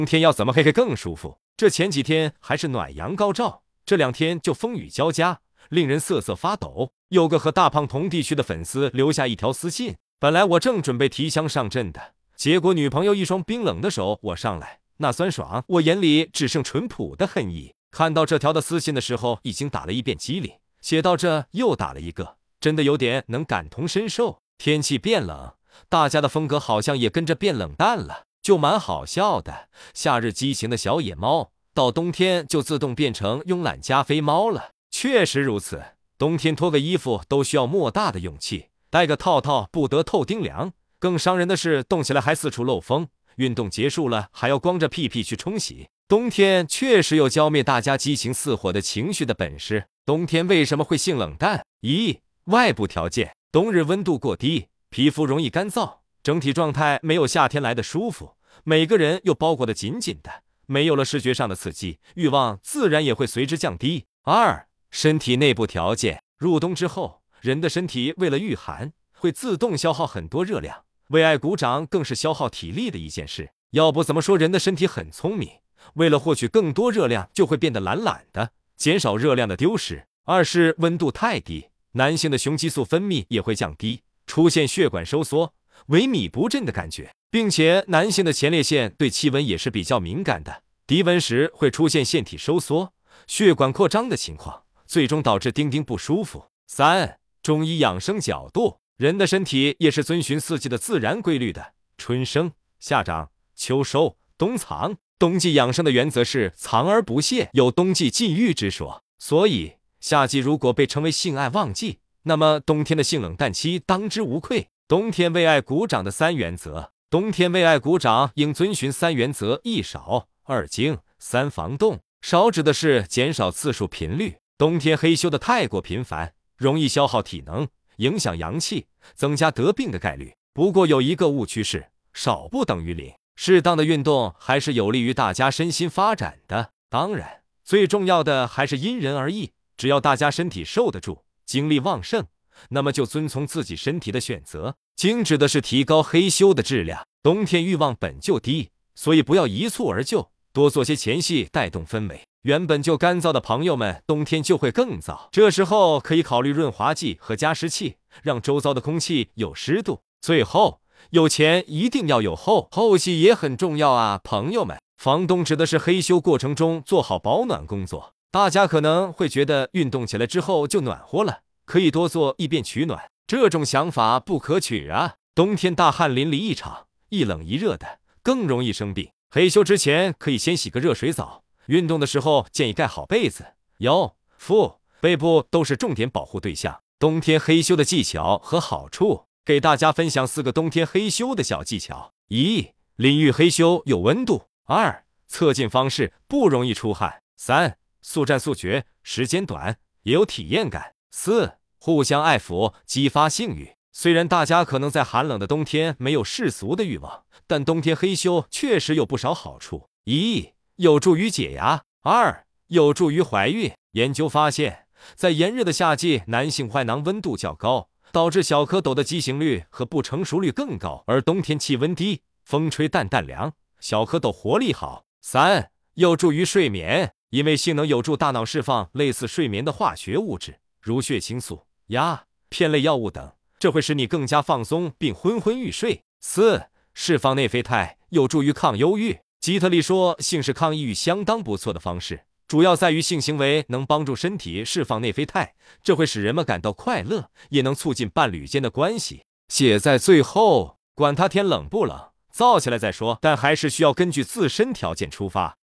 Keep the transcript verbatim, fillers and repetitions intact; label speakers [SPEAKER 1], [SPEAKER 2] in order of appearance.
[SPEAKER 1] 冬天要怎么嘿嘿更舒服？这前几天还是暖阳高照，这两天就风雨交加，令人瑟瑟发抖。有个和大胖同地区的粉丝留下一条私信，本来我正准备提枪上阵的，结果女朋友一双冰冷的手握上来，那酸爽，我眼里只剩淳朴的恨意。看到这条的私信的时候，已经打了一遍机灵，写到这又打了一个，真的有点能感同身受。天气变冷，大家的风格好像也跟着变冷淡了。就蛮好笑的，夏日激情的小野猫，到冬天就自动变成慵懒加菲猫了。确实如此，冬天脱个衣服都需要莫大的勇气，戴个套套不得透丁凉。更伤人的是，冻起来还四处漏风，运动结束了还要光着屁屁去冲洗。冬天确实有浇灭大家激情似火的情绪的本事。冬天为什么会性冷淡？一、外部条件，冬日温度过低，皮肤容易干燥，整体状态没有夏天来的舒服，每个人又包裹得紧紧的，没有了视觉上的刺激，欲望自然也会随之降低。二、身体内部条件，入冬之后，人的身体为了御寒，会自动消耗很多热量，为爱鼓掌更是消耗体力的一件事。要不怎么说人的身体很聪明，为了获取更多热量，就会变得懒懒的，减少热量的丢失。二是温度太低，男性的雄激素分泌也会降低，出现血管收缩、萎靡不振的感觉，并且男性的前列腺对气温也是比较敏感的，低温时会出现腺体收缩、血管扩张的情况，最终导致丁丁不舒服。三、中医养生角度，人的身体也是遵循四季的自然规律的，春生、夏长、秋收、冬藏。冬季养生的原则是藏而不泄，有冬季禁欲之说，所以夏季如果被称为性爱旺季，那么冬天的性冷淡期当之无愧。冬天为爱鼓掌的三原则，冬天为爱鼓掌应遵循三原则：一少、二精、三防冻。少指的是减少次数频率，冬天嘿咻的太过频繁，容易消耗体能，影响阳气，增加得病的概率。不过有一个误区是，少不等于零，适当的运动还是有利于大家身心发展的。当然，最重要的还是因人而异，只要大家身体受得住，精力旺盛，那么就遵从自己身体的选择。精指的是提高嘿咻的质量。冬天欲望本就低，所以不要一蹴而就，多做些前戏带动氛围。原本就干燥的朋友们，冬天就会更燥，这时候可以考虑润滑剂和加湿器，让周遭的空气有湿度。最后，有钱一定要有后，后戏也很重要啊，朋友们。防冻指的是嘿咻过程中做好保暖工作。大家可能会觉得运动起来之后就暖和了，可以多做以便取暖，这种想法不可取啊。冬天大汗淋漓一场，一冷一热的，更容易生病。嘿咻之前可以先洗个热水澡，运动的时候建议盖好被子，腰、腹、背部都是重点保护对象。冬天嘿咻的技巧和好处，给大家分享四个冬天嘿咻的小技巧。一、淋浴嘿咻有温度。二、侧进方式不容易出汗。三、速战速决，时间短也有体验感。四、互相爱抚，激发性欲。虽然大家可能在寒冷的冬天没有世俗的欲望，但冬天嘿咻确实有不少好处。一、有助于解压。二、有助于怀孕。研究发现，在炎热的夏季，男性坏囊温度较高，导致小蝌蚪的畸形率和不成熟率更高，而冬天气温低，风吹淡淡凉，小蝌蚪活力好。三、有助于睡眠。因为性能有助大脑释放类似睡眠的化学物质，如血清素、鸦片类药物等，这会使你更加放松并昏昏欲睡。四、释放内啡肽，有助于抗忧郁。吉特利说，性是抗抑郁相当不错的方式，主要在于性行为能帮助身体释放内啡肽，这会使人们感到快乐，也能促进伴侣间的关系。写在最后，管他天冷不冷，燥起来再说，但还是需要根据自身条件出发。